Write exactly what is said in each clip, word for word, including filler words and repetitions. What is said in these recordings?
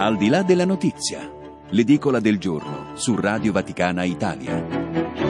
Al di là della notizia, l'edicola del giorno su Radio Vaticana Italia.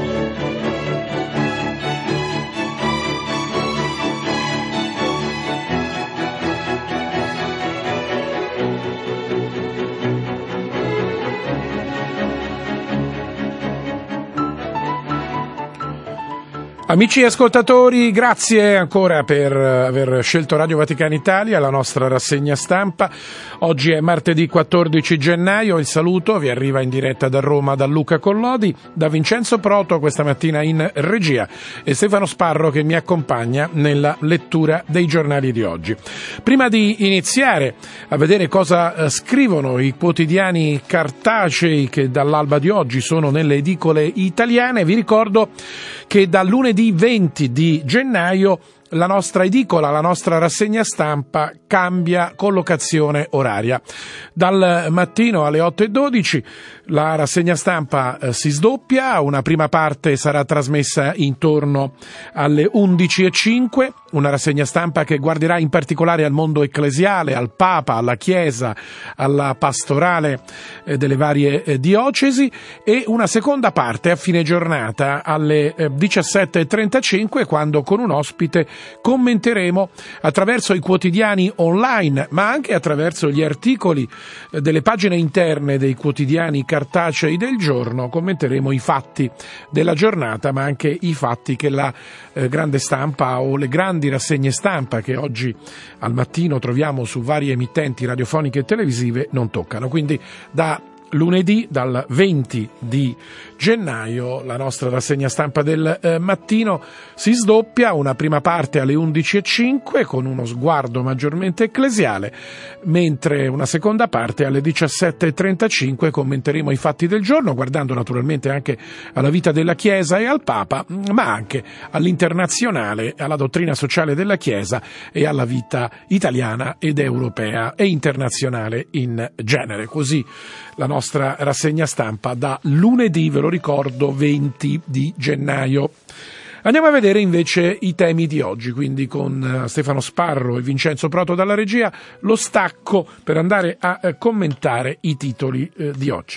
Amici ascoltatori, grazie ancora per aver scelto Radio Vaticana Italia, la nostra rassegna stampa. Oggi è martedì quattordici gennaio, il saluto vi arriva in diretta da Roma da Luca Collodi, da Vincenzo Proto questa mattina in regia e Stefano Sparro che mi accompagna nella lettura dei giornali di oggi. Prima di iniziare a vedere cosa scrivono i quotidiani cartacei che dall'alba di oggi sono nelle edicole italiane, vi ricordo che dal lunedì venti di gennaio la nostra edicola, la nostra rassegna stampa cambia collocazione oraria. Dal mattino alle otto e dodici la rassegna stampa eh, si sdoppia, una prima parte sarà trasmessa intorno alle undici e cinque, una rassegna stampa che guarderà in particolare al mondo ecclesiale, al Papa, alla Chiesa, alla pastorale eh, delle varie eh, diocesi, e una seconda parte a fine giornata alle eh, diciassette e trentacinque, quando con un ospite commenteremo attraverso i quotidiani online, ma anche attraverso gli articoli eh, delle pagine interne dei quotidiani cartacei del giorno, commenteremo i fatti della giornata, ma anche i fatti che la eh, grande stampa o le grandi rassegne stampa che oggi al mattino troviamo su varie emittenti radiofoniche e televisive non toccano. Quindi da lunedì, dal venti di gennaio, la nostra rassegna stampa del eh, mattino si sdoppia, una prima parte alle undici e cinque con uno sguardo maggiormente ecclesiale, mentre una seconda parte alle diciassette e trentacinque commenteremo i fatti del giorno, guardando naturalmente anche alla vita della Chiesa e al Papa, ma anche all'internazionale, alla dottrina sociale della Chiesa e alla vita italiana ed europea e internazionale in genere. Così la nostra rassegna stampa da lunedì, ve lo ricordo, venti di gennaio. Andiamo a vedere invece i temi di oggi, quindi con Stefano Sparro e Vincenzo Proto dalla regia, lo stacco per andare a commentare i titoli eh, di oggi.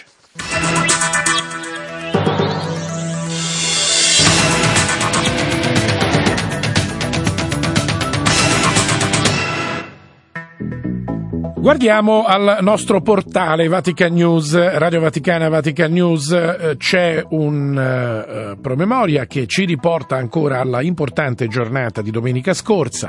Guardiamo al nostro portale Vatican News, Radio Vaticana Vatican News. C'è un uh, promemoria che ci riporta ancora alla importante giornata di domenica scorsa,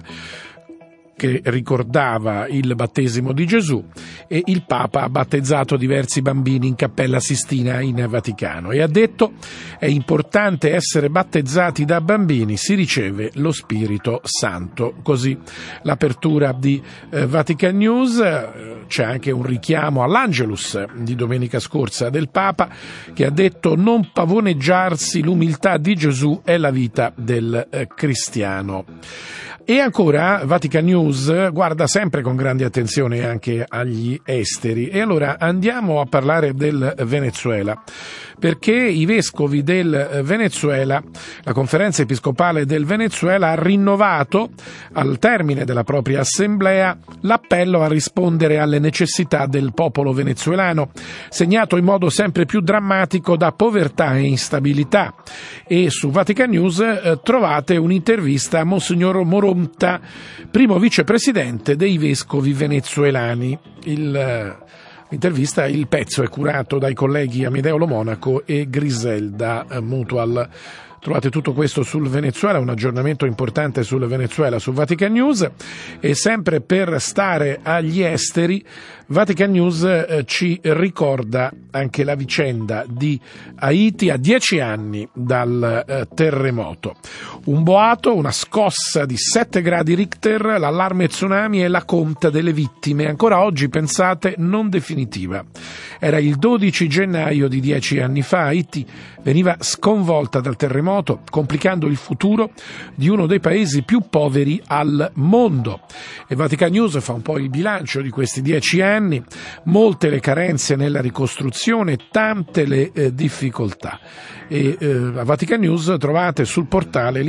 che ricordava il battesimo di Gesù, e il Papa ha battezzato diversi bambini in Cappella Sistina in Vaticano e ha detto: è importante essere battezzati da bambini, si riceve lo Spirito Santo. Così l'apertura di eh, Vatican News. C'è anche un richiamo all'Angelus di domenica scorsa del Papa, che ha detto: non pavoneggiarsi, l'umiltà di Gesù è la vita del eh, cristiano. E ancora Vatican News guarda sempre con grande attenzione anche agli esteri, e allora andiamo a parlare del Venezuela, perché i vescovi del Venezuela, la conferenza episcopale del Venezuela ha rinnovato al termine della propria assemblea l'appello a rispondere alle necessità del popolo venezuelano, segnato in modo sempre più drammatico da povertà e instabilità. E su Vatican News eh, trovate un'intervista a Monsignor Moronta, primo vicepresidente dei vescovi venezuelani. Il L'intervista, il pezzo è curato dai colleghi Amedeo Lo Monaco e Griselda Mutual. Trovate tutto questo sul Venezuela, un aggiornamento importante sul Venezuela su Vatican News. E sempre per stare agli esteri, Vatican News eh, ci ricorda anche la vicenda di Haiti a dieci anni dal eh, terremoto. Un boato, una scossa di sette gradi Richter, l'allarme tsunami e la conta delle vittime, ancora oggi pensate non definitiva. Era il dodici gennaio di dieci anni fa. Haiti veniva sconvolta dal terremoto, complicando il futuro di uno dei paesi più poveri al mondo. E Vatican News fa un po' il bilancio di questi dieci anni, molte le carenze nella ricostruzione, tante le eh, difficoltà. E eh, a Vatican News trovate sul portale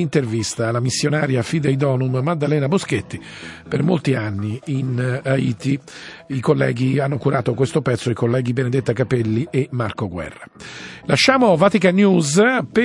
un'intervista alla missionaria Fidei Donum Maddalena Boschetti, per molti anni in Haiti. I colleghi hanno curato questo pezzo, i colleghi Benedetta Capelli e Marco Guerra. Lasciamo Vatican News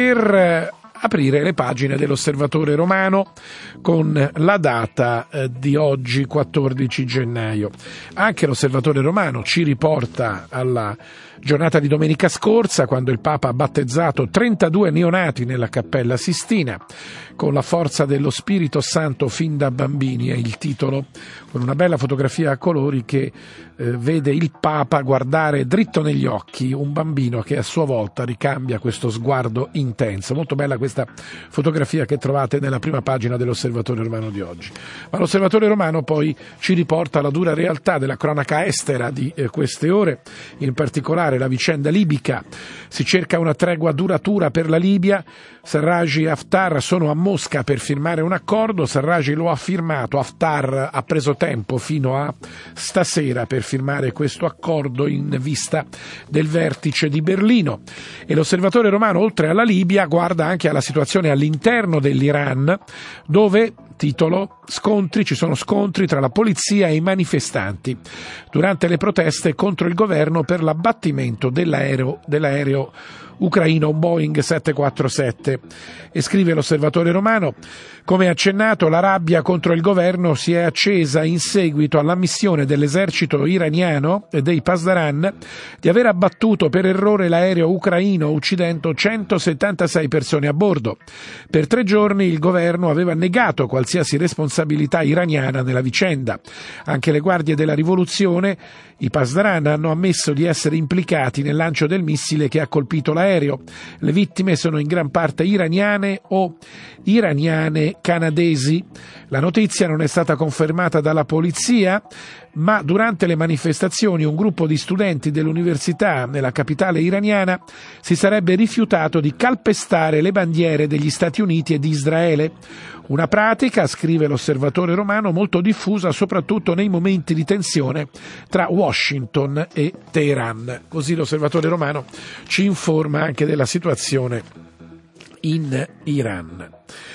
per aprire le pagine dell'Osservatore Romano con la data eh, di oggi, quattordici gennaio. Anche l'Osservatore Romano ci riporta alla giornata di domenica scorsa, quando il Papa ha battezzato trentadue neonati nella Cappella Sistina. Con la forza dello Spirito Santo fin da bambini è il titolo, con una bella fotografia a colori che eh, vede il Papa guardare dritto negli occhi un bambino che a sua volta ricambia questo sguardo intenso. Molto bella questa fotografia che trovate nella prima pagina dell'Osservatore Romano di oggi. Ma l'Osservatore Romano poi ci riporta la dura realtà della cronaca estera di eh, queste ore, in particolare la vicenda libica. Si cerca una tregua duratura per la Libia. Sarraj e Haftar sono a Mosca per firmare un accordo. Sarraj lo ha firmato, Haftar ha preso tempo fino a stasera per firmare questo accordo in vista del vertice di Berlino. E l'Osservatore Romano, oltre alla Libia, guarda anche alla situazione all'interno dell'Iran, dove, titolo, scontri, ci sono scontri tra la polizia e i manifestanti durante le proteste contro il governo per l'abbattimento dell'aereo, dell'aereo ucraino, un Boeing sette quattro sette. E scrive l'Osservatore Romano: come accennato, la rabbia contro il governo si è accesa in seguito all'ammissione dell'esercito iraniano e dei Pasdaran di aver abbattuto per errore l'aereo ucraino, uccidendo centosettantasei persone a bordo. Per tre giorni il governo aveva negato qualsiasi responsabilità iraniana nella vicenda. Anche le guardie della rivoluzione, i Pasdaran, hanno ammesso di essere implicati nel lancio del missile che ha colpito l'aereo. Le vittime sono in gran parte iraniane o iraniane canadesi. La notizia non è stata confermata dalla polizia, ma durante le manifestazioni un gruppo di studenti dell'università nella capitale iraniana si sarebbe rifiutato di calpestare le bandiere degli Stati Uniti e di Israele. Una pratica, scrive l'Osservatore Romano, molto diffusa soprattutto nei momenti di tensione tra Washington e Teheran. Così l'Osservatore Romano ci informa anche della situazione in Iran.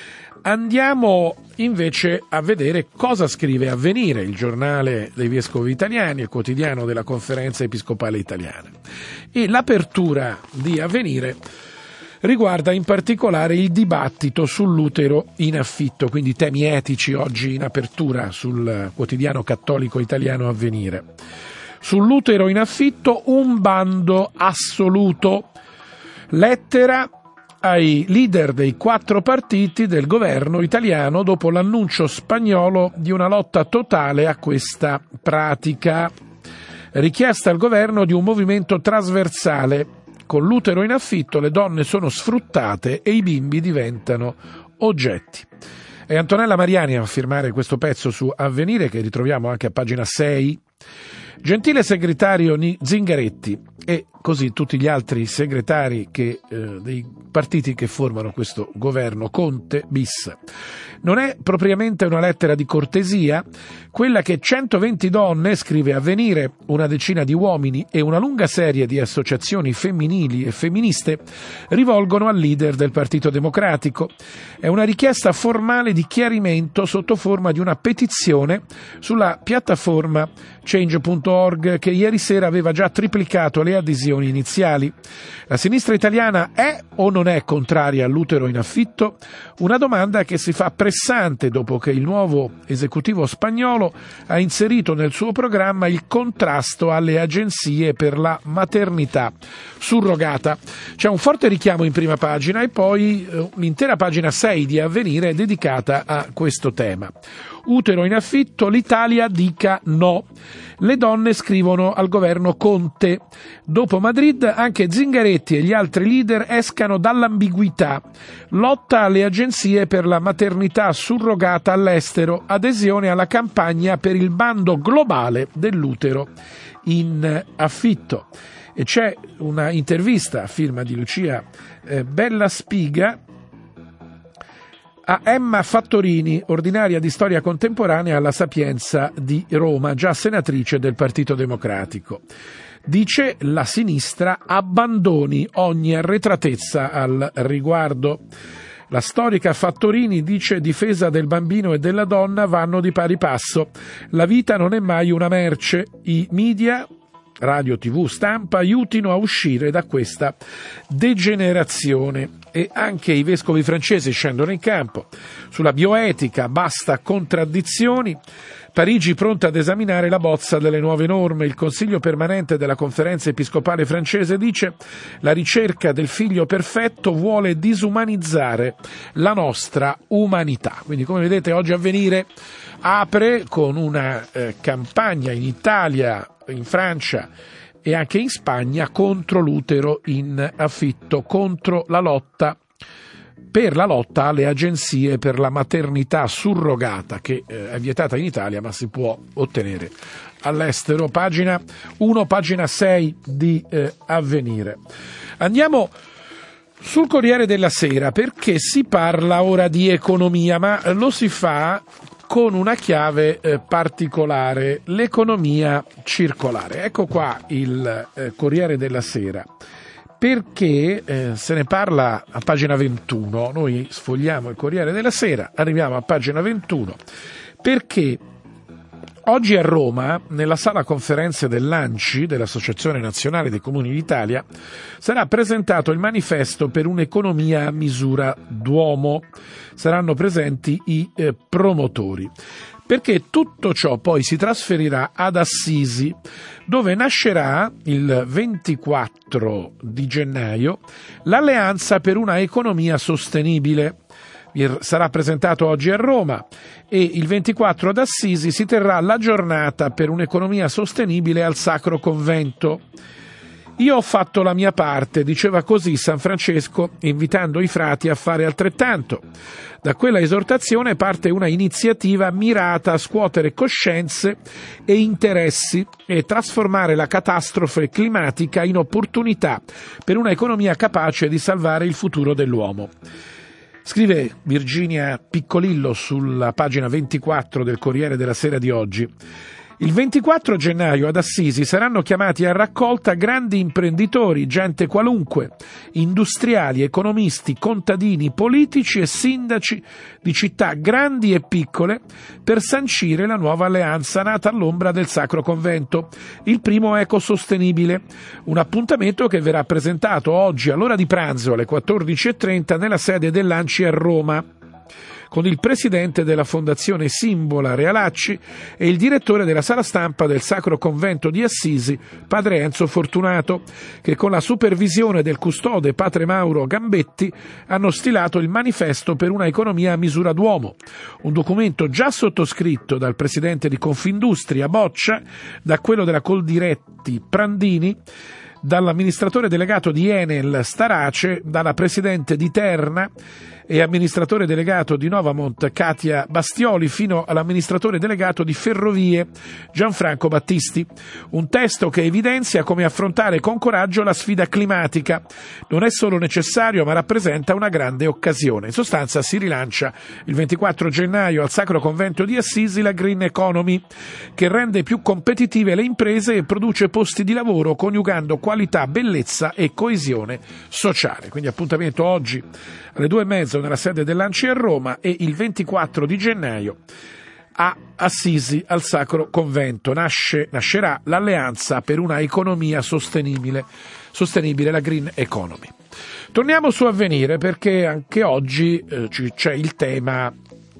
Andiamo invece a vedere cosa scrive Avvenire, il giornale dei vescovi italiani, il quotidiano della Conferenza Episcopale Italiana. E l'apertura di Avvenire riguarda in particolare il dibattito sull'utero in affitto, quindi temi etici oggi in apertura sul quotidiano cattolico italiano Avvenire. Sull'utero in affitto un bando assoluto. Lettera ai leader dei quattro partiti del governo italiano dopo l'annuncio spagnolo di una lotta totale a questa pratica. Richiesta al governo di un movimento trasversale. Con l'utero in affitto le donne sono sfruttate e i bimbi diventano oggetti. È Antonella Mariani a firmare questo pezzo su Avvenire, che ritroviamo anche a pagina sei. Gentile segretario Zingaretti e così tutti gli altri segretari che, eh, dei partiti che formano questo governo Conte bis. Non è propriamente una lettera di cortesia quella che centoventi donne, scrive Avvenire, una decina di uomini e una lunga serie di associazioni femminili e femministe rivolgono al leader del Partito Democratico. È una richiesta formale di chiarimento sotto forma di una petizione sulla piattaforma change punto org che ieri sera aveva già triplicato le adesioni iniziali. La sinistra italiana è o non è contraria all'utero in affitto? Una domanda che si fa pressante dopo che il nuovo esecutivo spagnolo ha inserito nel suo programma il contrasto alle agenzie per la maternità surrogata. C'è un forte richiamo in prima pagina e poi eh, l'intera pagina sei di Avvenire è dedicata a questo tema. Utero in affitto, l'Italia dica no. Le donne scrivono al governo Conte. Dopo Madrid anche Zingaretti e gli altri leader escano dall'ambiguità. Lotta alle agenzie per la maternità surrogata all'estero, adesione alla campagna per il bando globale dell'utero in affitto. E c'è una intervista a firma di Lucia eh, Bella Spiga a Emma Fattorini, ordinaria di storia contemporanea alla Sapienza di Roma, già senatrice del Partito Democratico. Dice: la sinistra abbandoni ogni arretratezza al riguardo. La storica Fattorini dice: difesa del bambino e della donna vanno di pari passo. La vita non è mai una merce. I media, radio, tv, stampa aiutino a uscire da questa degenerazione. E anche i vescovi francesi scendono in campo. Sulla bioetica basta contraddizioni. Parigi pronta ad esaminare la bozza delle nuove norme. Il Consiglio permanente della Conferenza Episcopale francese dice: la ricerca del figlio perfetto vuole disumanizzare la nostra umanità. Quindi, come vedete, oggi Avvenire apre con una eh, campagna in Italia, in Francia e anche in Spagna contro l'utero in affitto, contro la lotta per la lotta alle agenzie per la maternità surrogata, che eh, è vietata in Italia ma si può ottenere all'estero. Pagina uno, pagina sei di eh, Avvenire. Andiamo sul Corriere della Sera, perché si parla ora di economia, ma lo si fa con una chiave eh, particolare: l'economia circolare. Ecco qua il eh, Corriere della Sera. Perché eh, se ne parla a pagina ventuno, noi sfogliamo il Corriere della Sera, arriviamo a pagina ventuno, perché oggi a Roma, nella sala conferenze dell'A N C I, dell'Associazione Nazionale dei Comuni d'Italia, sarà presentato il manifesto per un'economia a misura d'uomo. Saranno presenti i eh, promotori. Perché tutto ciò poi si trasferirà ad Assisi, dove nascerà il ventiquattro di gennaio l'Alleanza per una economia sostenibile. Sarà presentato oggi a Roma e il ventiquattro ad Assisi si terrà la giornata per un'economia sostenibile al Sacro Convento. Io ho fatto la mia parte, diceva così San Francesco, invitando i frati a fare altrettanto. Da quella esortazione parte una iniziativa mirata a scuotere coscienze e interessi e trasformare la catastrofe climatica in opportunità per una economia capace di salvare il futuro dell'uomo. Scrive Virginia Piccolillo sulla pagina ventiquattro del Corriere della Sera di oggi. Il ventiquattro gennaio ad Assisi saranno chiamati a raccolta grandi imprenditori, gente qualunque, industriali, economisti, contadini, politici e sindaci di città grandi e piccole per sancire la nuova alleanza nata all'ombra del Sacro Convento, il primo ecosostenibile, un appuntamento che verrà presentato oggi all'ora di pranzo alle quattordici e trenta nella sede dell'A N C I a Roma, con il presidente della Fondazione Simbola Realacci e il direttore della sala stampa del Sacro Convento di Assisi, padre Enzo Fortunato, che con la supervisione del custode padre Mauro Gambetti hanno stilato il manifesto per una economia a misura d'uomo, un documento già sottoscritto dal presidente di Confindustria Boccia, da quello della Coldiretti Prandini, dall'amministratore delegato di Enel Starace, dalla presidente di Terna e amministratore delegato di Novamont Katia Bastioli fino all'amministratore delegato di Ferrovie Gianfranco Battisti. Un testo che evidenzia come affrontare con coraggio la sfida climatica. Non è solo necessario, ma rappresenta una grande occasione. In sostanza si rilancia il ventiquattro gennaio al Sacro Convento di Assisi la Green Economy, che rende più competitive le imprese e produce posti di lavoro coniugando qualità, bellezza e coesione sociale. Quindi appuntamento oggi alle due e mezzo nella sede dell'A N C I a Roma e il ventiquattro di gennaio a Assisi al Sacro Convento. Nasce, nascerà l'Alleanza per una economia sostenibile, sostenibile, la Green Economy. Torniamo su Avvenire, perché anche oggi eh, c'è il tema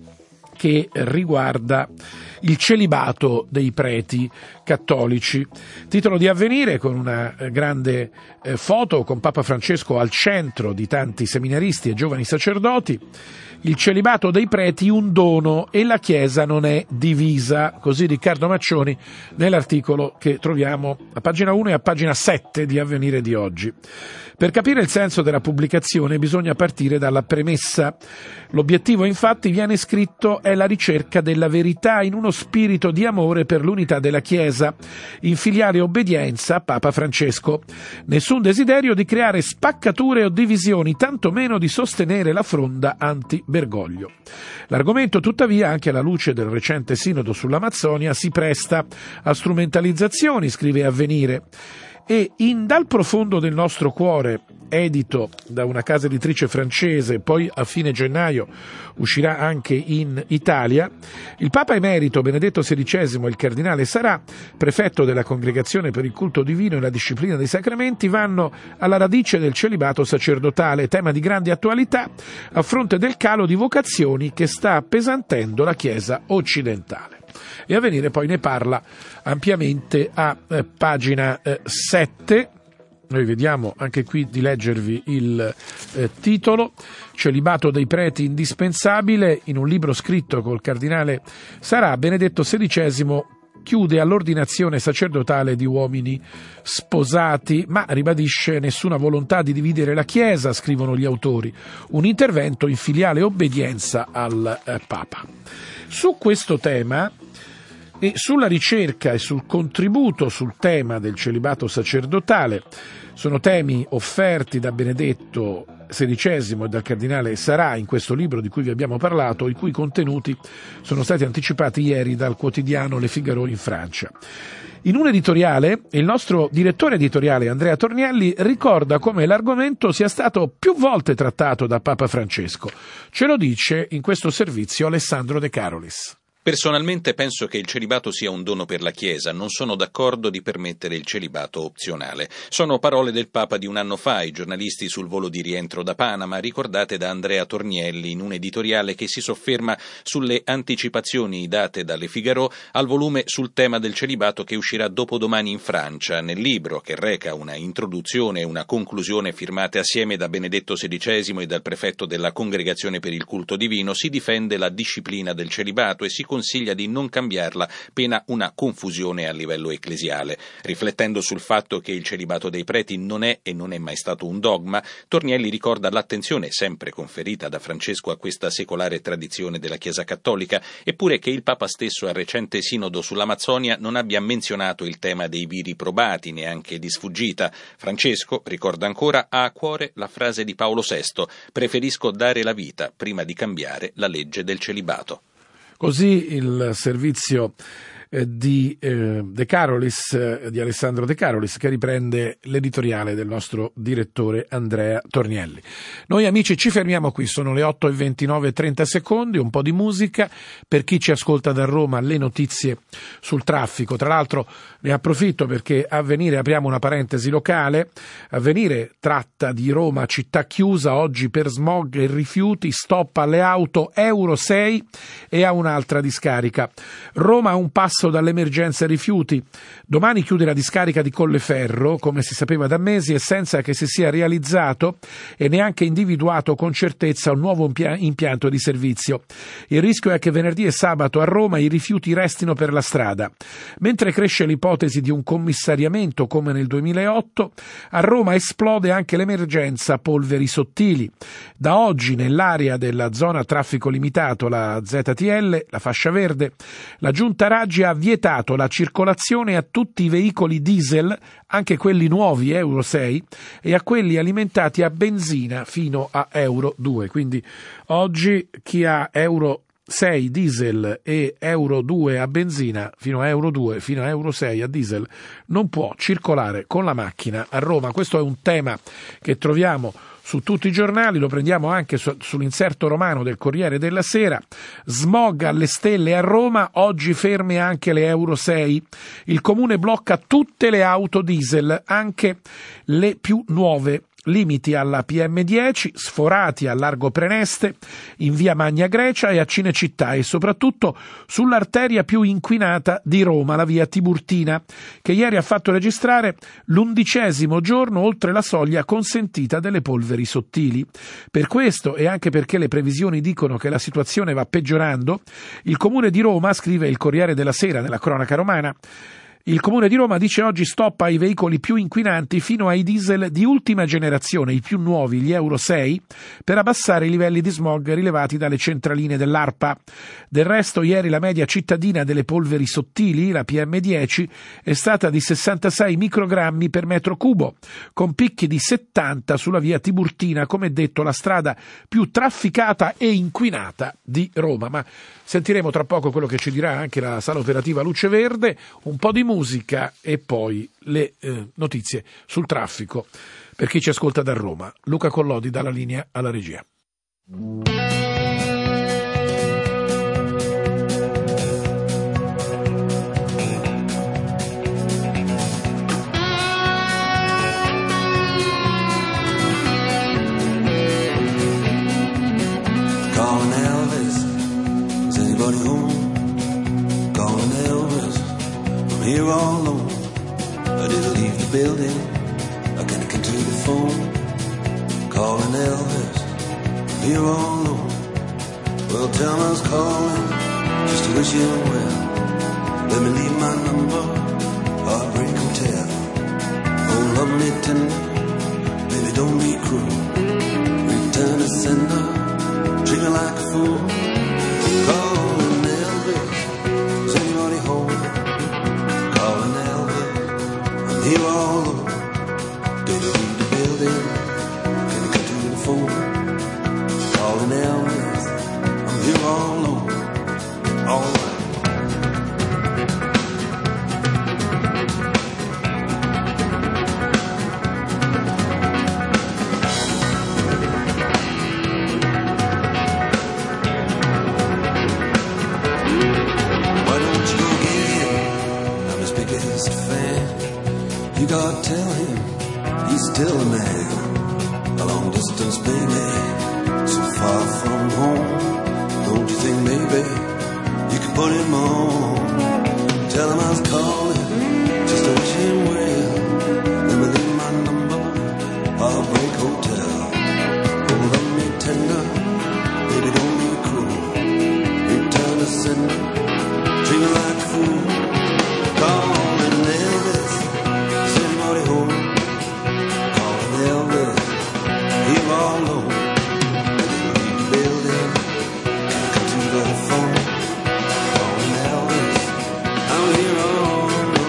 che riguarda il celibato dei preti cattolici. Titolo di Avvenire con una grande eh, foto con Papa Francesco al centro di tanti seminaristi e giovani sacerdoti. Il celibato dei preti un dono e la Chiesa non è divisa, così Riccardo Maccioni nell'articolo che troviamo a pagina uno e a pagina sette di Avvenire di oggi. Per capire il senso della pubblicazione bisogna partire dalla premessa. L'obiettivo, infatti, viene scritto, è la ricerca della verità in uno spirito di amore per l'unità della Chiesa, in filiale obbedienza a Papa Francesco. Nessun desiderio di creare spaccature o divisioni, tantomeno di sostenere la fronda anti-Bergoglio. L'argomento, tuttavia, anche alla luce del recente sinodo sull'Amazzonia, si presta a strumentalizzazioni, scrive Avvenire. E in Dal profondo del nostro cuore edito da una casa editrice francese, poi a fine gennaio uscirà anche in Italia. Il Papa Emerito Benedetto sedicesimo e il Cardinale Sarà, prefetto della Congregazione per il Culto Divino e la Disciplina dei Sacramenti, vanno alla radice del celibato sacerdotale, tema di grande attualità a fronte del calo di vocazioni che sta appesantendo la Chiesa occidentale. E Avvenire poi ne parla ampiamente a eh, pagina eh, sette. Noi vediamo anche qui di leggervi il eh, titolo: Celibato dei preti indispensabile. In un libro scritto col Cardinale Sarà, Benedetto sedicesimo chiude all'ordinazione sacerdotale di uomini sposati, ma ribadisce nessuna volontà di dividere la Chiesa, scrivono gli autori, un intervento in filiale obbedienza al eh, Papa. Su questo tema e sulla ricerca e sul contributo sul tema del celibato sacerdotale, sono temi offerti da Benedetto sedicesimo e dal Cardinale Sarà in questo libro di cui vi abbiamo parlato, i cui contenuti sono stati anticipati ieri dal quotidiano Le Figaro in Francia. In un editoriale, il nostro direttore editoriale Andrea Tornielli ricorda come l'argomento sia stato più volte trattato da Papa Francesco. Ce lo dice in questo servizio Alessandro De Carolis. Personalmente penso che il celibato sia un dono per la Chiesa, non sono d'accordo di permettere il celibato opzionale. Sono parole del Papa di un anno fa ai giornalisti sul volo di rientro da Panama, ricordate da Andrea Tornielli in un editoriale che si sofferma sulle anticipazioni date dalle Figaro al volume sul tema del celibato che uscirà dopodomani in Francia. Nel libro, che reca una introduzione e una conclusione firmate assieme da Benedetto sedicesimo e dal prefetto della Congregazione per il Culto Divino, si difende la disciplina del celibato e si consiglia di non cambiarla pena una confusione a livello ecclesiale. Riflettendo sul fatto che il celibato dei preti non è e non è mai stato un dogma, Tornielli ricorda l'attenzione sempre conferita da Francesco a questa secolare tradizione della Chiesa Cattolica, eppure che il Papa stesso al recente sinodo sull'Amazzonia non abbia menzionato il tema dei viri probati neanche di sfuggita. Francesco, ricorda ancora, ha a cuore la frase di Paolo sesto: preferisco dare la vita prima di cambiare la legge del celibato. Così il servizio eh, di eh, De Carolis, eh, di Alessandro De Carolis, che riprende l'editoriale del nostro direttore Andrea Tornielli. Noi amici ci fermiamo qui, sono le otto e ventinove e trenta secondi, un po' di musica. Per chi ci ascolta da Roma, le notizie sul traffico. Tra l'altro ne approfitto perché Avvenire, apriamo una parentesi locale, Avvenire tratta di Roma città chiusa oggi per smog e rifiuti, stop alle auto Euro sei e a un'altra discarica. Roma a un passo dall'emergenza rifiuti. Domani chiude la discarica di Colleferro, come si sapeva da mesi, e senza che si sia realizzato e neanche individuato con certezza un nuovo impianto di servizio. Il rischio è che venerdì e sabato a Roma i rifiuti restino per la strada. Mentre cresce l'ipotesi di un commissariamento come nel duemilaotto, a Roma esplode anche l'emergenza polveri sottili. Da oggi nell'area della zona traffico limitato, la Z T L, la fascia verde, la Giunta Raggi ha vietato la circolazione a tutti i veicoli diesel, anche quelli nuovi Euro sei, e a quelli alimentati a benzina fino a Euro due. Quindi oggi chi ha Euro sei diesel e Euro due a benzina fino a Euro due, fino a Euro sei a diesel, non può circolare con la macchina a Roma. Questo è un tema che troviamo su tutti i giornali, lo prendiamo anche su, sull'inserto romano del Corriere della Sera. Smog alle stelle a Roma, oggi ferme anche le Euro sei. Il comune blocca tutte le auto diesel, anche le più nuove. Limiti alla P M dieci, sforati a Largo Preneste, in via Magna Grecia e a Cinecittà, e soprattutto sull'arteria più inquinata di Roma, la via Tiburtina, che ieri ha fatto registrare l'undicesimo giorno oltre la soglia consentita delle polveri sottili. Per questo, e anche perché le previsioni dicono che la situazione va peggiorando, il Comune di Roma, scrive il Corriere della Sera nella cronaca romana, il Comune di Roma dice oggi stop ai veicoli più inquinanti fino ai diesel di ultima generazione, i più nuovi, gli Euro sei, per abbassare i livelli di smog rilevati dalle centraline dell'ARPA. Del resto, ieri la media cittadina delle polveri sottili, la P M dieci, è stata di sessantasei microgrammi per metro cubo, con picchi di settanta sulla via Tiburtina, come detto la strada più trafficata e inquinata di Roma. Ma sentiremo tra poco quello che ci dirà anche la sala operativa Luce Verde, un po' di musica e poi le eh, notizie sul traffico. per chi ci ascolta da Roma. Luca Collodi dà la linea alla regia. Calling Elvis, is anybody home? Calling Elvis, I'm here all alone. I didn't leave the building, I can't get to the phone. Calling Elvis, I'm here all alone. Well, tell me I was calling, just to wish you well. Let me leave my number, Heartbreak Hotel. Oh, love me tender, baby don't be cruel. Return to sender, treat me like a fool. Calling Elvis, is anybody home? Calling Elvis, I'm here all alone. Did you leave the building? Can you come to the phone? Calling Elvis, I'm here all alone. All right. You gotta tell him he's still a man. A long distance baby, so far from home. Don't you think maybe you could put him on? Tell him I was calling, just to wish him well. Let me leave my number, Heartbreak Hotel. Oh, love me tender, baby don't be cruel. Return to sender, treat me like a fool. Calling Elvis, home, calling Elvis, here all alone. I didn't leave the building, can't come to the phone. Calling Elvis, I'm here all alone.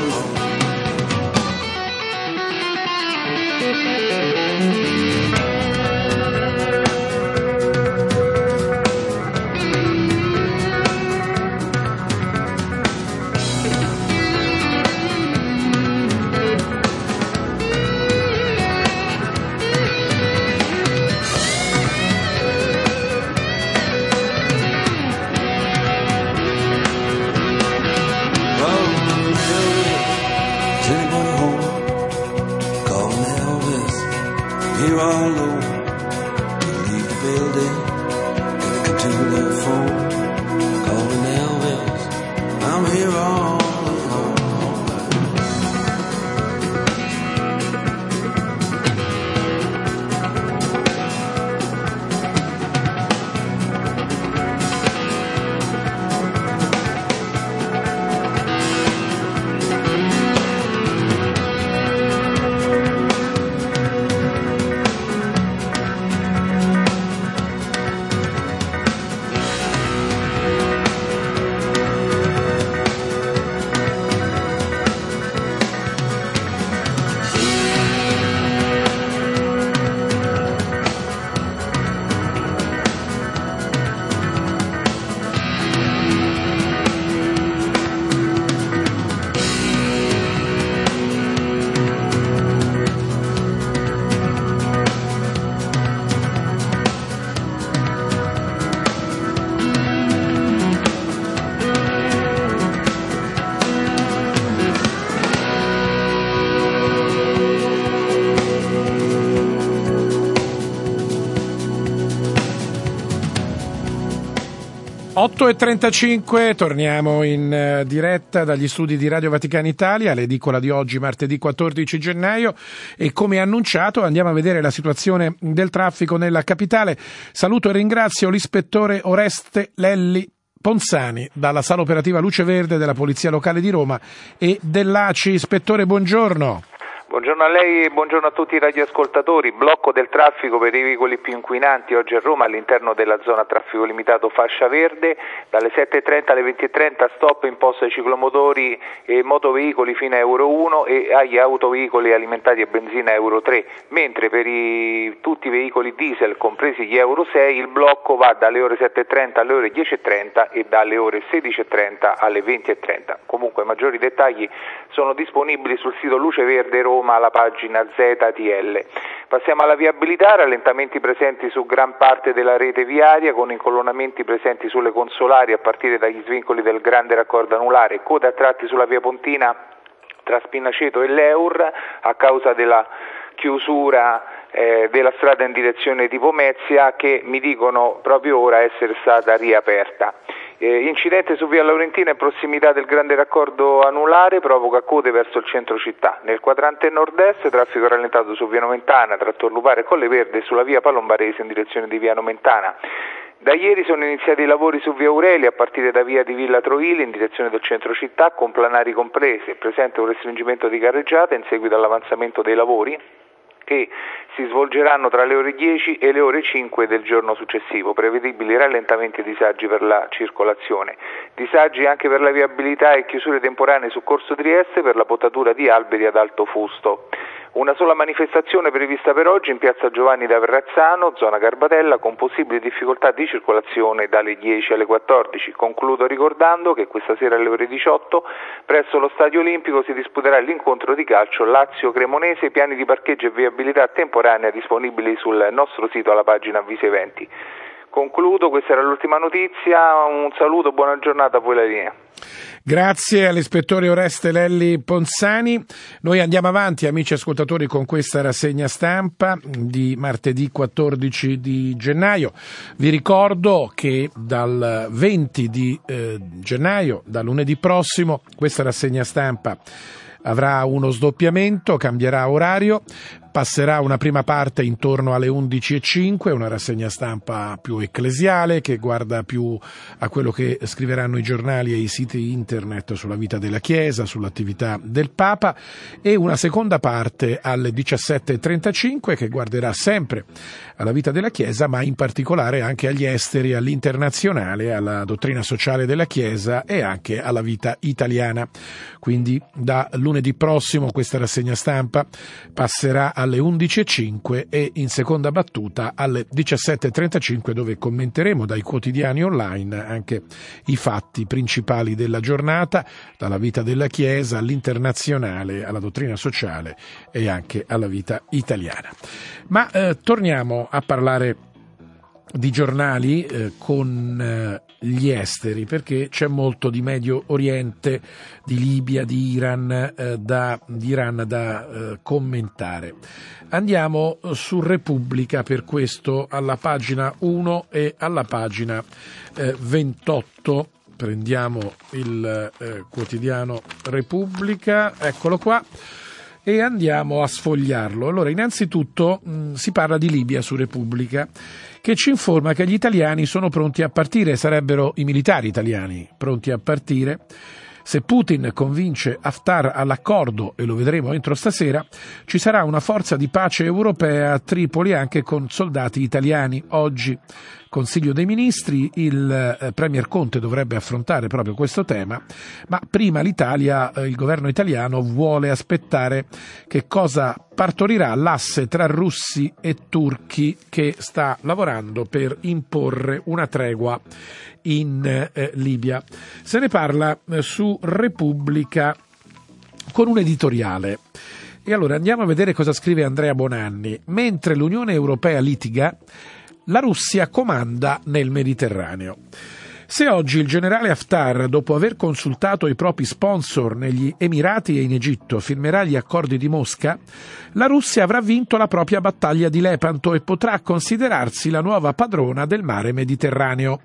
Here all alone, you leave the building, gonna come to the phone, calling Elvis, I'm here all alone. otto e trentacinque, torniamo in diretta dagli studi di Radio Vaticana Italia, l'edicola di oggi, martedì quattordici gennaio, e come annunciato andiamo a vedere la situazione del traffico nella capitale. Saluto e ringrazio l'ispettore Oreste Lelli Ponzani dalla sala operativa Luce Verde della Polizia Locale di Roma e dell'A C I. Ispettore, buongiorno. Buongiorno a lei e buongiorno a tutti i radioascoltatori. Blocco del traffico per i veicoli più inquinanti oggi a Roma all'interno della zona traffico limitato fascia verde, dalle sette e trenta alle venti e trenta stop imposto ai ciclomotori e motoveicoli fino a Euro uno e agli autoveicoli alimentati a benzina Euro tre, mentre per i, tutti i veicoli diesel compresi gli Euro sei il blocco va dalle ore sette e trenta alle ore dieci e trenta e dalle ore sedici e trenta alle venti e trenta. Comunque maggiori dettagli sono disponibili sul sito Luce Verde Roma Roma alla pagina Z T L. Passiamo alla viabilità, rallentamenti presenti su gran parte della rete viaria con incolonnamenti presenti sulle consolari a partire dagli svincoli del Grande Raccordo Anulare, code a tratti sulla via Pontina tra Spinaceto e l'Eur a causa della chiusura eh, della strada in direzione di Pomezia che mi dicono proprio ora essere stata riaperta. Eh, incidente su via Laurentina in prossimità del Grande Raccordo Anulare provoca code verso il centro città. Nel quadrante nord-est traffico rallentato su via Nomentana tra Torlupare e Colle Verde e sulla via Palombarese in direzione di via Nomentana. Da ieri sono iniziati i lavori su via Aurelia a partire da via di Villa Trovili in direzione del centro città con planari compresi. È presente un restringimento di carreggiata in seguito all'avanzamento dei lavori che si svolgeranno tra le ore dieci e le ore cinque del giorno successivo, prevedibili rallentamenti e disagi per la circolazione, disagi anche per la viabilità e chiusure temporanee su Corso Trieste per la potatura di alberi ad alto fusto. Una sola manifestazione prevista per oggi in piazza Giovanni da Verrazzano, zona Garbatella, con possibili difficoltà di circolazione dalle dieci alle quattordici. Concludo ricordando che questa sera alle ore diciotto presso lo Stadio Olimpico si disputerà l'incontro di calcio Lazio-Cremonese, piani di parcheggio e viabilità temporanea disponibili sul nostro sito alla pagina Avvisi Eventi. Concludo, questa era l'ultima notizia, un saluto, buona giornata, a voi la linea. Grazie all'ispettore Oreste Lelli Ponzani. Noi andiamo avanti, amici ascoltatori, con questa rassegna stampa di martedì quattordici di gennaio. Vi ricordo che dal venti di eh, gennaio, da lunedì prossimo, questa rassegna stampa avrà uno sdoppiamento, cambierà orario. Passerà una prima parte intorno alle undici e cinque, una rassegna stampa più ecclesiale che guarda più a quello che scriveranno i giornali e i siti internet sulla vita della Chiesa, sull'attività del Papa, e una seconda parte alle diciassette e trentacinque che guarderà sempre alla vita della Chiesa, ma in particolare anche agli esteri, all'internazionale, alla dottrina sociale della Chiesa e anche alla vita italiana. Quindi da lunedì prossimo questa rassegna stampa passerà alle undici e cinque e in seconda battuta alle diciassette e trentacinque, dove commenteremo dai quotidiani online anche i fatti principali della giornata, dalla vita della Chiesa all'internazionale, alla dottrina sociale e anche alla vita italiana. Ma eh, torniamo a parlare di giornali eh, con eh, gli esteri, perché c'è molto di Medio Oriente, di Libia, di Iran, eh, da, di Iran da eh, commentare. Andiamo su Repubblica per questo alla pagina uno e alla pagina eh, ventotto. Prendiamo il eh, quotidiano Repubblica, eccolo qua, e andiamo a sfogliarlo. Allora, innanzitutto mh, si parla di Libia su Repubblica, che ci informa che gli italiani sono pronti a partire, sarebbero i militari italiani pronti a partire. Se Putin convince Haftar all'accordo, e lo vedremo entro stasera, ci sarà una forza di pace europea a Tripoli anche con soldati italiani. Oggi, Consiglio dei Ministri, il eh, Premier Conte dovrebbe affrontare proprio questo tema, ma prima l'Italia, eh, il governo italiano vuole aspettare che cosa partorirà l'asse tra russi e turchi che sta lavorando per imporre una tregua in eh, Libia. Se ne parla eh, su Repubblica con un editoriale. E allora andiamo a vedere cosa scrive Andrea Bonanni. Mentre l'Unione Europea litiga, la Russia comanda nel Mediterraneo. Se oggi il generale Haftar, dopo aver consultato i propri sponsor negli Emirati e in Egitto, firmerà gli accordi di Mosca, la Russia avrà vinto la propria battaglia di Lepanto e potrà considerarsi la nuova padrona del mare Mediterraneo.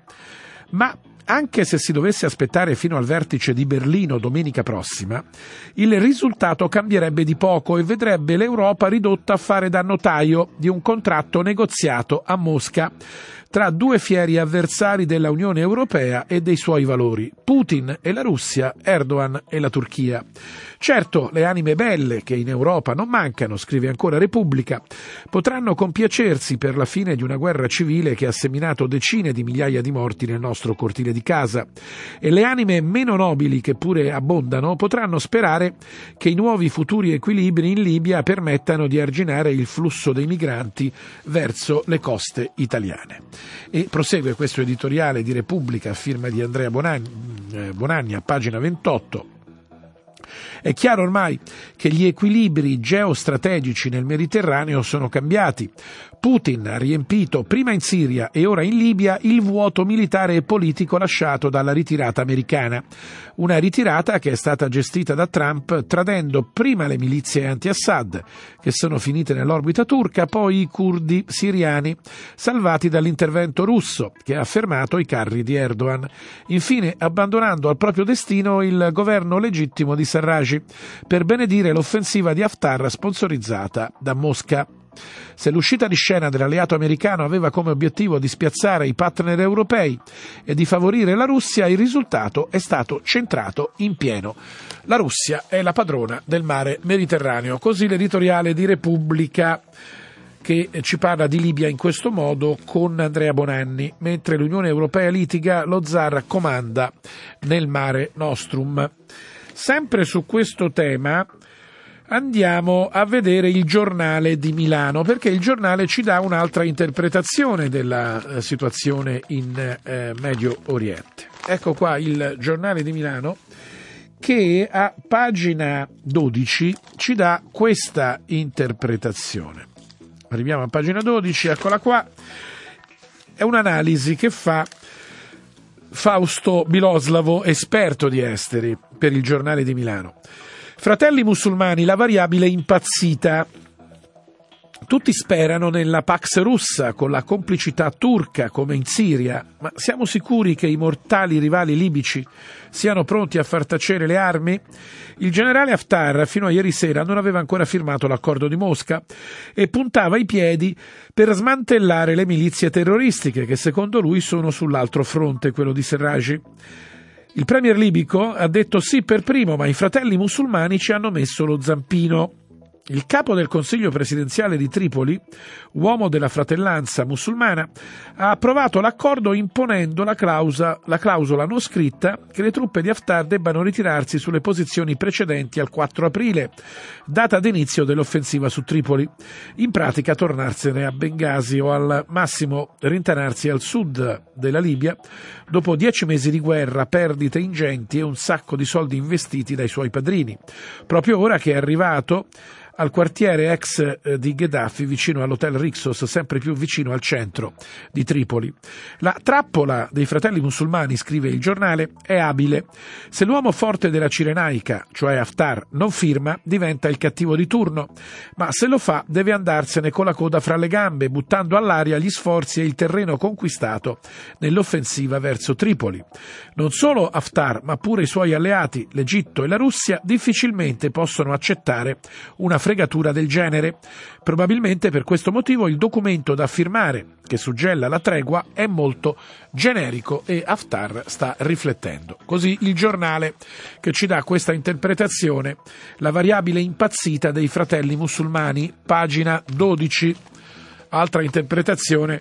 Ma anche se si dovesse aspettare fino al vertice di Berlino domenica prossima, il risultato cambierebbe di poco e vedrebbe l'Europa ridotta a fare da notaio di un contratto negoziato a Mosca tra due fieri avversari della Unione Europea e dei suoi valori, Putin e la Russia, Erdogan e la Turchia. Certo, le anime belle che in Europa non mancano, scrive ancora Repubblica, potranno compiacersi per la fine di una guerra civile che ha seminato decine di migliaia di morti nel nostro cortile di casa, e le anime meno nobili, che pure abbondano, potranno sperare che i nuovi futuri equilibri in Libia permettano di arginare il flusso dei migranti verso le coste italiane. E prosegue questo editoriale di Repubblica a firma di Andrea Bonanni, eh, Bonanni a pagina ventotto. È chiaro ormai che gli equilibri geostrategici nel Mediterraneo sono cambiati. Putin ha riempito prima in Siria e ora in Libia il vuoto militare e politico lasciato dalla ritirata americana. Una ritirata che è stata gestita da Trump tradendo prima le milizie anti-Assad, che sono finite nell'orbita turca, poi i curdi siriani, salvati dall'intervento russo, che ha fermato i carri di Erdogan. Infine abbandonando al proprio destino il governo legittimo di Sarraj, per benedire l'offensiva di Haftar sponsorizzata da Mosca. Se l'uscita di scena dell'alleato americano aveva come obiettivo di spiazzare i partner europei e di favorire la Russia, il risultato è stato centrato in pieno. La Russia è la padrona del mare Mediterraneo. Così l'editoriale di Repubblica, che ci parla di Libia in questo modo con Andrea Bonanni. Mentre l'Unione Europea litiga, lo zar comanda nel Mare Nostrum. Sempre su questo tema andiamo a vedere il Giornale di Milano, perché il giornale ci dà un'altra interpretazione della eh, situazione in eh, Medio Oriente. Ecco qua il Giornale di Milano, che a pagina dodici ci dà questa interpretazione. Arriviamo a pagina dodici, eccola qua. È un'analisi che fa Fausto Biloslavo, esperto di esteri, per il Giornale di Milano. Fratelli musulmani, la variabile impazzita. Tutti sperano nella Pax russa con la complicità turca come in Siria, ma siamo sicuri che i mortali rivali libici siano pronti a far tacere le armi? Il generale Haftar fino a ieri sera non aveva ancora firmato l'accordo di Mosca e puntava i piedi per smantellare le milizie terroristiche che secondo lui sono sull'altro fronte, quello di Serraj. Il premier libico ha detto sì per primo, ma i fratelli musulmani ci hanno messo lo zampino. Il capo del Consiglio presidenziale di Tripoli, uomo della fratellanza musulmana, ha approvato l'accordo imponendo la clausola, la clausola non scritta che le truppe di Haftar debbano ritirarsi sulle posizioni precedenti al quattro aprile, data d'inizio dell'offensiva su Tripoli. In pratica tornarsene a Bengasi o al massimo rintanarsi al sud della Libia dopo dieci mesi di guerra, perdite ingenti e un sacco di soldi investiti dai suoi padrini. Proprio ora che è arrivato al quartiere ex di Gheddafi vicino all'hotel Rixos, sempre più vicino al centro di Tripoli. La trappola dei fratelli musulmani, scrive il giornale, è abile. Se l'uomo forte della Cirenaica, cioè Haftar, non firma, diventa il cattivo di turno, ma se lo fa deve andarsene con la coda fra le gambe, buttando all'aria gli sforzi e il terreno conquistato nell'offensiva verso Tripoli. Non solo Haftar, ma pure i suoi alleati, l'Egitto e la Russia, difficilmente possono accettare una fregatura del genere. Probabilmente per questo motivo il documento da firmare, che suggella la tregua, è molto generico e Haftar sta riflettendo. Così il giornale, che ci dà questa interpretazione, la variabile impazzita dei fratelli musulmani, pagina dodici. Altra interpretazione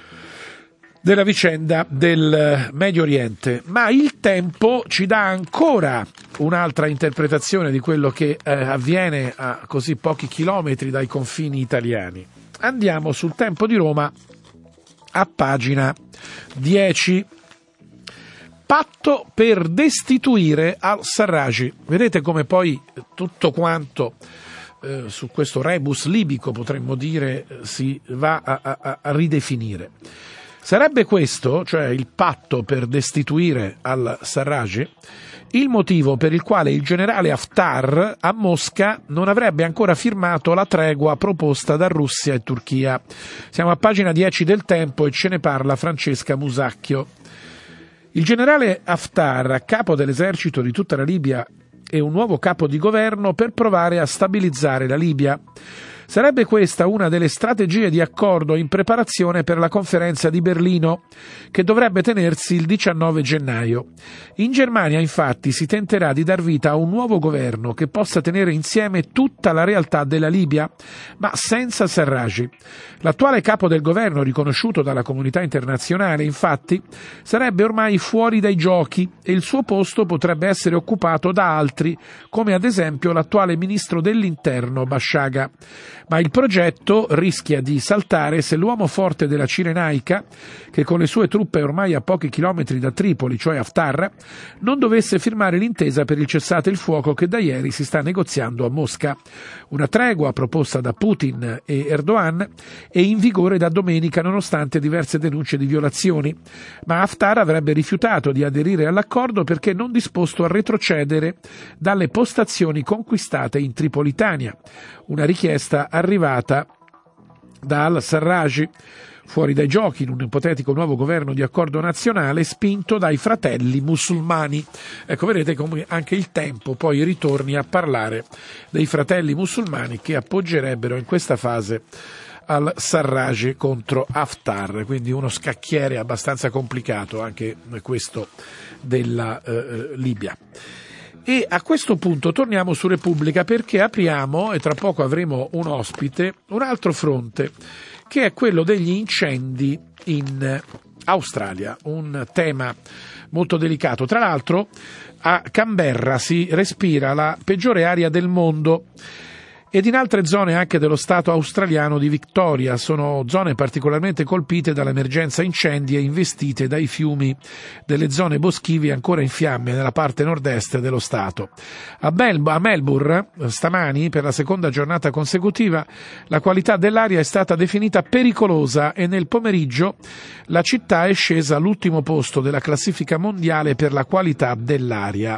della vicenda del Medio Oriente, ma il Tempo ci dà ancora un'altra interpretazione di quello che eh, avviene a così pochi chilometri dai confini italiani. Andiamo sul Tempo di Roma a pagina dieci. Patto per destituire al-Sarraj. Vedete come poi tutto quanto eh, su questo rebus libico, potremmo dire, eh, si va a, a, a ridefinire. Sarebbe questo, cioè il patto per destituire al-Sarraj, il motivo per il quale il generale Haftar a Mosca non avrebbe ancora firmato la tregua proposta da Russia e Turchia. Siamo a pagina dieci del Tempo e ce ne parla Francesca Musacchio. Il generale Haftar, capo dell'esercito di tutta la Libia, e un nuovo capo di governo per provare a stabilizzare la Libia. Sarebbe questa una delle strategie di accordo in preparazione per la conferenza di Berlino, che dovrebbe tenersi il diciannove gennaio. In Germania, infatti, si tenterà di dar vita a un nuovo governo che possa tenere insieme tutta la realtà della Libia, ma senza Sarraj. L'attuale capo del governo, riconosciuto dalla comunità internazionale, infatti, sarebbe ormai fuori dai giochi e il suo posto potrebbe essere occupato da altri, come ad esempio l'attuale ministro dell'interno Bashaga. ma il progetto rischia di saltare se l'uomo forte della Cirenaica, che con le sue truppe ormai a pochi chilometri da Tripoli, cioè Haftar, non dovesse firmare l'intesa per il cessate il fuoco che da ieri si sta negoziando a Mosca. Una tregua proposta da Putin e Erdogan è in vigore da domenica nonostante diverse denunce di violazioni, ma Haftar avrebbe rifiutato di aderire all'accordo perché non disposto a retrocedere dalle postazioni conquistate in Tripolitania, una richiesta arrivata da al-Sarraj, fuori dai giochi in un ipotetico nuovo governo di accordo nazionale spinto dai fratelli musulmani. Ecco, vedete come anche il tempo poi ritorni a parlare dei fratelli musulmani che appoggerebbero in questa fase al-Sarraj contro Haftar, quindi uno scacchiere abbastanza complicato anche questo della eh, Libia. E a questo punto torniamo su Repubblica perché apriamo, e tra poco avremo un ospite, un altro fronte, che è quello degli incendi in Australia, un tema molto delicato. Tra l'altro a Canberra si respira la peggiore aria del mondo ed in altre zone anche dello stato australiano di Victoria. Sono zone particolarmente colpite dall'emergenza incendi e investite dai fiumi delle zone boschive ancora in fiamme nella parte nord-est dello stato. A, Mel- a Melbourne, stamani, per la seconda giornata consecutiva, la qualità dell'aria è stata definita pericolosa e nel pomeriggio la città è scesa all'ultimo posto della classifica mondiale per la qualità dell'aria.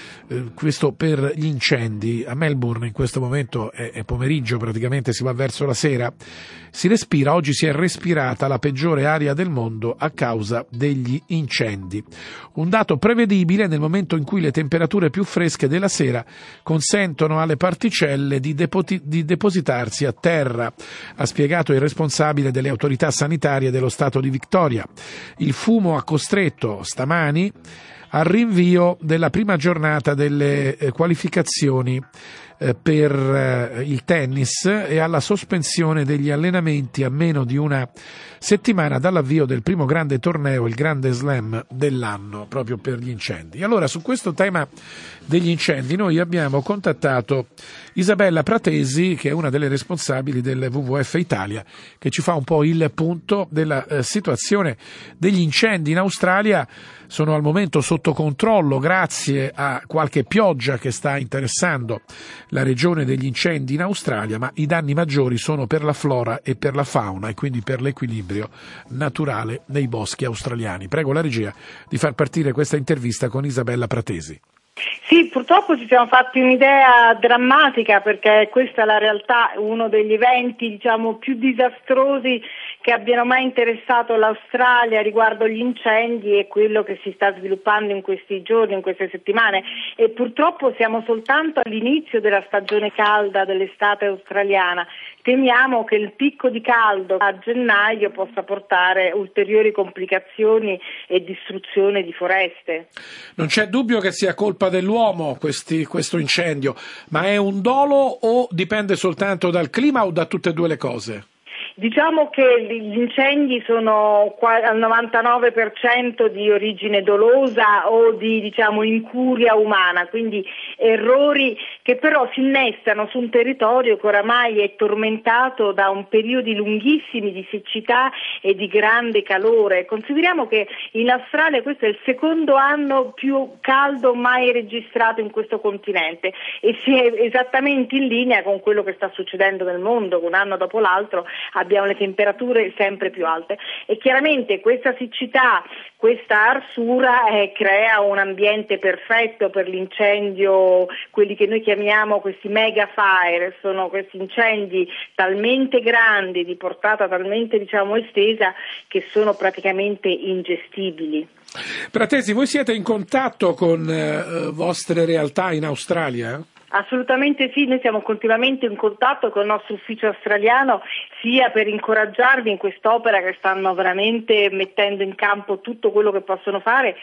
Questo per gli incendi. A Melbourne in questo momento è, è pomeriggio, praticamente si va verso la sera, si respira, oggi si è respirata la peggiore aria del mondo a causa degli incendi. Un dato prevedibile nel momento in cui le temperature più fresche della sera consentono alle particelle di, depoti- di depositarsi a terra, ha spiegato il responsabile delle autorità sanitarie dello stato di Victoria. Il fumo ha costretto stamani al rinvio della prima giornata delle eh, qualificazioni eh, per eh, il tennis e alla sospensione degli allenamenti a meno di una settimana dall'avvio del primo grande torneo, il Grande Slam dell'anno, proprio per gli incendi. Allora, su questo tema degli incendi noi abbiamo contattato Isabella Pratesi, che è una delle responsabili del W W F Italia, che ci fa un po' il punto della eh, situazione degli incendi in Australia. Sono al momento sotto controllo grazie a qualche pioggia che sta interessando la regione degli incendi in Australia, ma i danni maggiori sono per la flora e per la fauna e quindi per l'equilibrio naturale nei boschi australiani. Prego la regia di far partire questa intervista con Isabella Pratesi. Sì, purtroppo ci siamo fatti un'idea drammatica perché questa è la realtà, uno degli eventi diciamo più disastrosi che abbiano mai interessato l'Australia riguardo gli incendi e quello che si sta sviluppando in questi giorni, in queste settimane, e purtroppo siamo soltanto all'inizio della stagione calda dell'estate australiana. Temiamo che il picco di caldo a gennaio possa portare ulteriori complicazioni e distruzione di foreste. Non c'è dubbio che sia colpa dell'uomo questi, questo incendio, ma è un dolo o dipende soltanto dal clima o da tutte e due le cose? Diciamo che gli incendi sono al novantanove per cento di origine dolosa o di diciamo incuria umana, quindi errori che però si innestano su un territorio che oramai è tormentato da un periodi lunghissimi di siccità e di grande calore. Consideriamo che in Australia questo è il secondo anno più caldo mai registrato in questo continente e si è esattamente in linea con quello che sta succedendo nel mondo, un anno dopo l'altro abbiamo le temperature sempre più alte e chiaramente questa siccità, questa arsura eh, crea un ambiente perfetto per l'incendio, quelli che noi chiamiamo questi mega fire, sono questi incendi talmente grandi, di portata talmente diciamo estesa, che sono praticamente ingestibili. Pratesi, voi siete in contatto con eh, vostre realtà in Australia? Assolutamente sì, noi siamo continuamente in contatto con il nostro ufficio australiano sia per incoraggiarvi in quest'opera che stanno veramente mettendo in campo tutto quello che possono fare,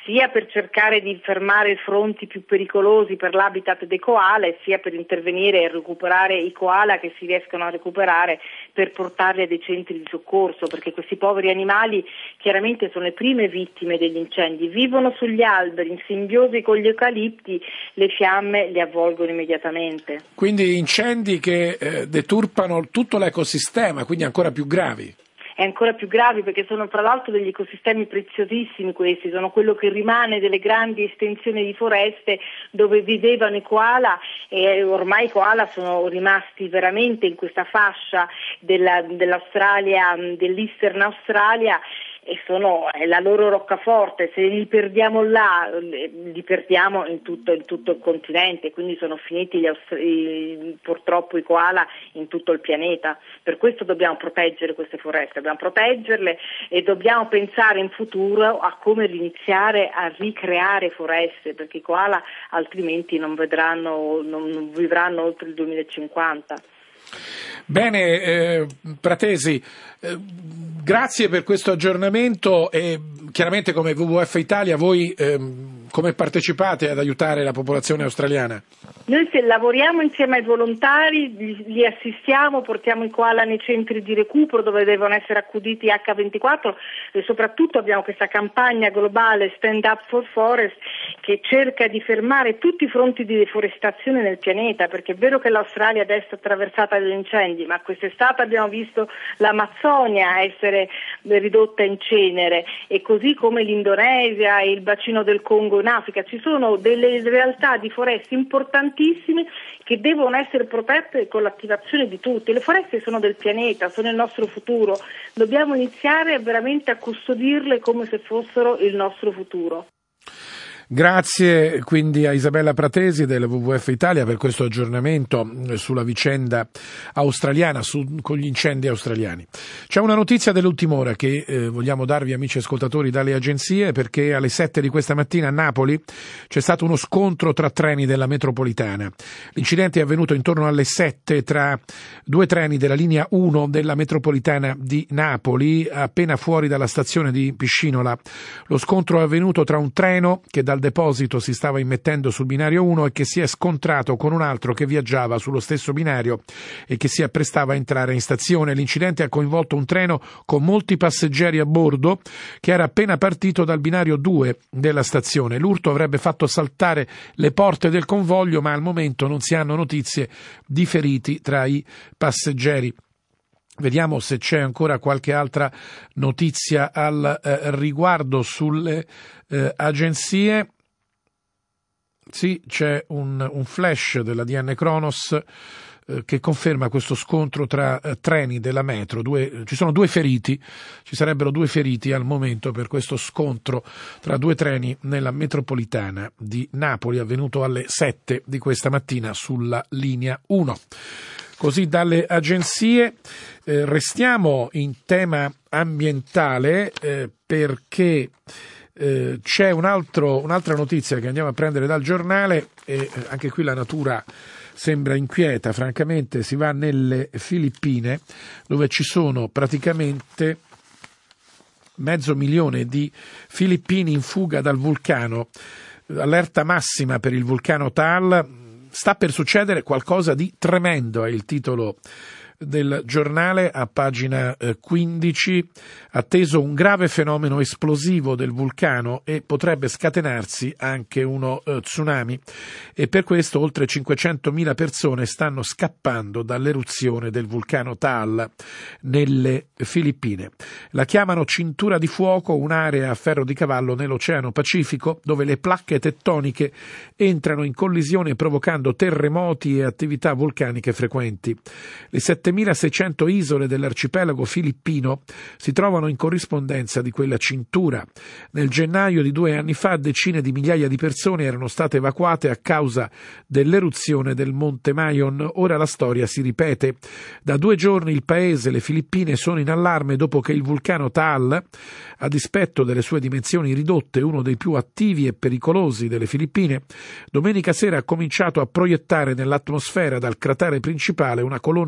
sia per cercare di fermare i fronti più pericolosi per l'habitat dei koala, sia per intervenire e recuperare i koala che si riescono a recuperare per portarli a dei centri di soccorso, perché questi poveri animali chiaramente sono le prime vittime degli incendi, vivono sugli alberi in simbiosi con gli eucalipti, le fiamme li avvolgono immediatamente. Quindi incendi che eh, deturpano tutto l'ecosistema, quindi ancora più gravi. È ancora più gravi perché sono tra l'altro degli ecosistemi preziosissimi questi, sono quello che rimane delle grandi estensioni di foreste dove vivevano i koala, e ormai i koala sono rimasti veramente in questa fascia della, dell'Australia, dell'Eastern Australia, e sono è la loro roccaforte. Se li perdiamo là, li perdiamo in tutto, in tutto il continente, quindi sono finiti gli Aust- i, purtroppo i koala in tutto il pianeta. Per questo dobbiamo proteggere queste foreste, dobbiamo proteggerle e dobbiamo pensare in futuro a come iniziare a ricreare foreste, perché i koala altrimenti non vedranno, non vivranno oltre il duemilacinquanta. Bene, eh, Pratesi, eh, grazie per questo aggiornamento e chiaramente come W W F Italia voi eh, come partecipate ad aiutare la popolazione australiana? Noi se lavoriamo insieme ai volontari, li, li assistiamo, portiamo i koala nei centri di recupero dove devono essere accuditi acca ventiquattro e soprattutto abbiamo questa campagna globale Stand Up for Forest che cerca di fermare tutti i fronti di deforestazione nel pianeta, perché è vero che l'Australia adesso è attraversata dagli incendi, ma quest'estate abbiamo visto l'Amazzonia essere ridotta in cenere e così come l'Indonesia e il bacino del Congo in Africa. Ci sono delle realtà di foreste importantissime che devono essere protette con l'attivazione di tutti. Le foreste sono del pianeta, sono il nostro futuro, dobbiamo iniziare veramente a custodirle come se fossero il nostro futuro. Grazie quindi a Isabella Pratesi del W W F Italia per questo aggiornamento sulla vicenda australiana, su, con gli incendi australiani. C'è una notizia dell'ultima ora che eh, vogliamo darvi, amici ascoltatori, dalle agenzie, perché alle sette di questa mattina a Napoli c'è stato uno scontro tra treni della metropolitana. L'incidente è avvenuto intorno alle sette tra due treni della linea uno della metropolitana di Napoli, appena fuori dalla stazione di Piscinola. Lo scontro è avvenuto tra un treno che dal deposito si stava immettendo sul binario uno e che si è scontrato con un altro che viaggiava sullo stesso binario e che si apprestava a entrare in stazione. L'incidente ha coinvolto un treno con molti passeggeri a bordo che era appena partito dal binario due della stazione. L'urto avrebbe fatto saltare le porte del convoglio, ma al momento non si hanno notizie di feriti tra i passeggeri. Vediamo se c'è ancora qualche altra notizia al eh, riguardo sulle eh, agenzie. Sì, c'è un, un flash della D N Kronos eh, che conferma questo scontro tra eh, treni della metro. Due, ci sono due feriti, ci sarebbero due feriti al momento per questo scontro tra due treni nella metropolitana di Napoli, avvenuto alle sette di questa mattina sulla linea uno. Così dalle agenzie eh, restiamo in tema ambientale eh, perché eh, c'è un altro, un'altra notizia che andiamo a prendere dal giornale e eh, anche qui la natura sembra inquieta, francamente. Si va nelle Filippine dove ci sono praticamente mezzo milione di filippini in fuga dal vulcano, allerta massima per il vulcano Taal. Sta per succedere qualcosa di tremendo, è il titolo del giornale a pagina quindici, atteso un grave fenomeno esplosivo del vulcano e potrebbe scatenarsi anche uno uh, tsunami e per questo oltre cinquecentomila persone stanno scappando dall'eruzione del vulcano Taal nelle Filippine. La chiamano cintura di fuoco, un'area a ferro di cavallo nell'Oceano Pacifico dove le placche tettoniche entrano in collisione provocando terremoti e attività vulcaniche frequenti. Le settemilaseicento isole dell'arcipelago filippino si trovano in corrispondenza di quella cintura. Nel gennaio di due anni fa decine di migliaia di persone erano state evacuate a causa dell'eruzione del Monte Mayon. Ora la storia si ripete. Da due giorni il paese, le Filippine, sono in allarme dopo che il vulcano Taal, a dispetto delle sue dimensioni ridotte, uno dei più attivi e pericolosi delle Filippine, domenica sera ha cominciato a proiettare nell'atmosfera dal cratere principale una colonna di cenere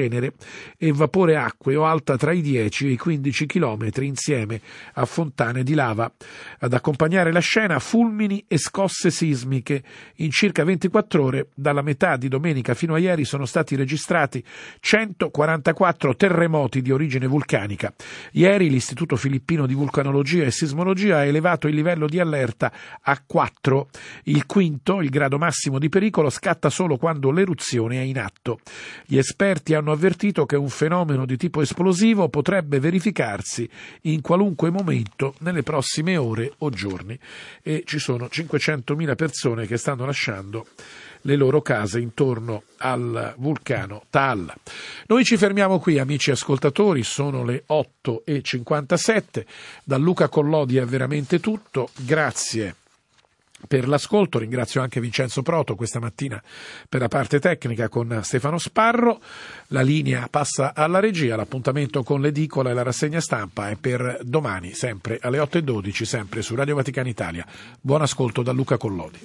cenere e vapore acqueo alta tra i dieci e i quindici chilometri insieme a fontane di lava. Ad accompagnare la scena fulmini e scosse sismiche. In circa ventiquattro ore, dalla metà di domenica fino a ieri, sono stati registrati centoquarantaquattro terremoti di origine vulcanica. Ieri l'Istituto Filippino di Vulcanologia e Sismologia ha elevato il livello di allerta a quattro. Il quinto, il grado massimo di pericolo, scatta solo quando l'eruzione è in atto. Gli esperti hanno avvertito che un fenomeno di tipo esplosivo potrebbe verificarsi in qualunque momento nelle prossime ore o giorni, e ci sono cinquecentomila persone che stanno lasciando le loro case intorno al vulcano Taal. Noi ci fermiamo qui, amici ascoltatori, sono le otto e cinquantasette. Da Luca Collodi è veramente tutto. Grazie per l'ascolto, ringrazio anche Vincenzo Proto questa mattina per la parte tecnica con Stefano Sparro. La linea passa alla regia, l'appuntamento con l'edicola e la rassegna stampa è per domani, sempre alle otto e dodici, sempre su Radio Vaticana Italia. Buon ascolto da Luca Collodi.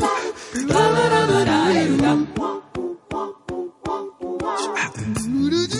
Do